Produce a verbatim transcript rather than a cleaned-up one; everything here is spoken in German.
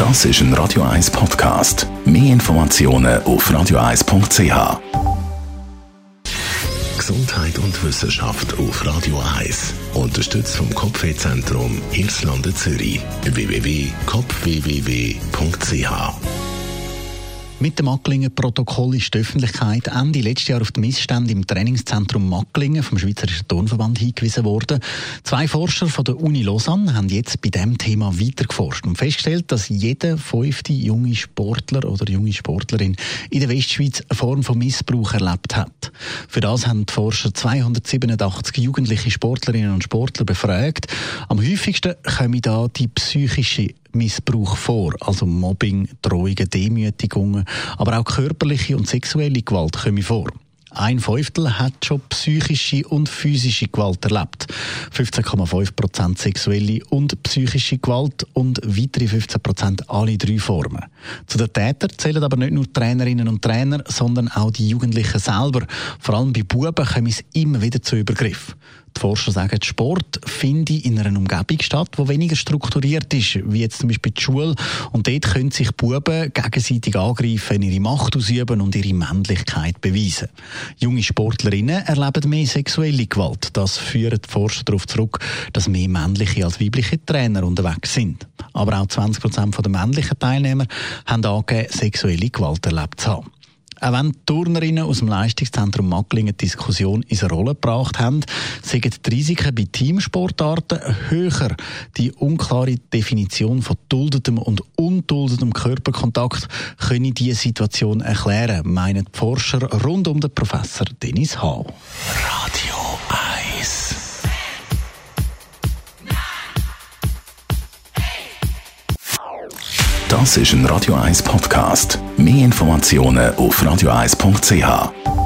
Das ist ein Radio eins Podcast. Mehr Informationen auf radio eins punkt c h. Gesundheit und Wissenschaft auf Radio eins. Unterstützt vom Kopfwehzentrum Irlande Zürich. w w w punkt kopf w w w punkt c h. Mit dem Macklingen-Protokoll ist die Öffentlichkeit Ende letzten Jahr auf die Missstände im Trainingszentrum Macklingen vom Schweizerischen Turnverband hingewiesen worden. Zwei Forscher von der Uni Lausanne haben jetzt bei diesem Thema weitergeforscht und festgestellt, dass jeder fünfte junge Sportler oder junge Sportlerin in der Westschweiz eine Form von Missbrauch erlebt hat. Für das haben die Forscher zweihundertsiebenundachtzig jugendliche Sportlerinnen und Sportler befragt. Am häufigsten kommen da die psychische Missbrauch vor, also Mobbing, Drohungen, Demütigungen, aber auch körperliche und sexuelle Gewalt kommen vor. Ein Fünftel hat schon psychische und physische Gewalt erlebt. fünfzehn Komma fünf Prozent sexuelle und psychische Gewalt und weitere fünfzehn Prozent alle drei Formen. Zu den Tätern zählen aber nicht nur Trainerinnen und Trainer, sondern auch die Jugendlichen selber. Vor allem bei Buben kommt es immer wieder zu Übergriffen. Die Forscher sagen, Sport finde in einer Umgebung statt, die weniger strukturiert ist, wie jetzt zum Beispiel die Schule. Und dort können sich Buben gegenseitig angreifen, ihre Macht ausüben und ihre Männlichkeit beweisen. Junge Sportlerinnen erleben mehr sexuelle Gewalt. Das führen die Forscher darauf zurück, dass mehr männliche als weibliche Trainer unterwegs sind. Aber auch zwanzig Prozent der männlichen Teilnehmer haben angegeben, sexuelle Gewalt erlebt zu haben. Auch wenn die Turnerinnen aus dem Leistungszentrum Macklingen die Diskussion in eine Rolle gebracht haben, sind die Risiken bei Teamsportarten höher. Die unklare Definition von duldetem und unduldetem Körperkontakt könne diese Situation erklären, meinen die Forscher rund um den Professor Dennis H. Radio eins. Das ist ein Radio eins Podcast. Mehr Informationen auf radio eins punkt c h.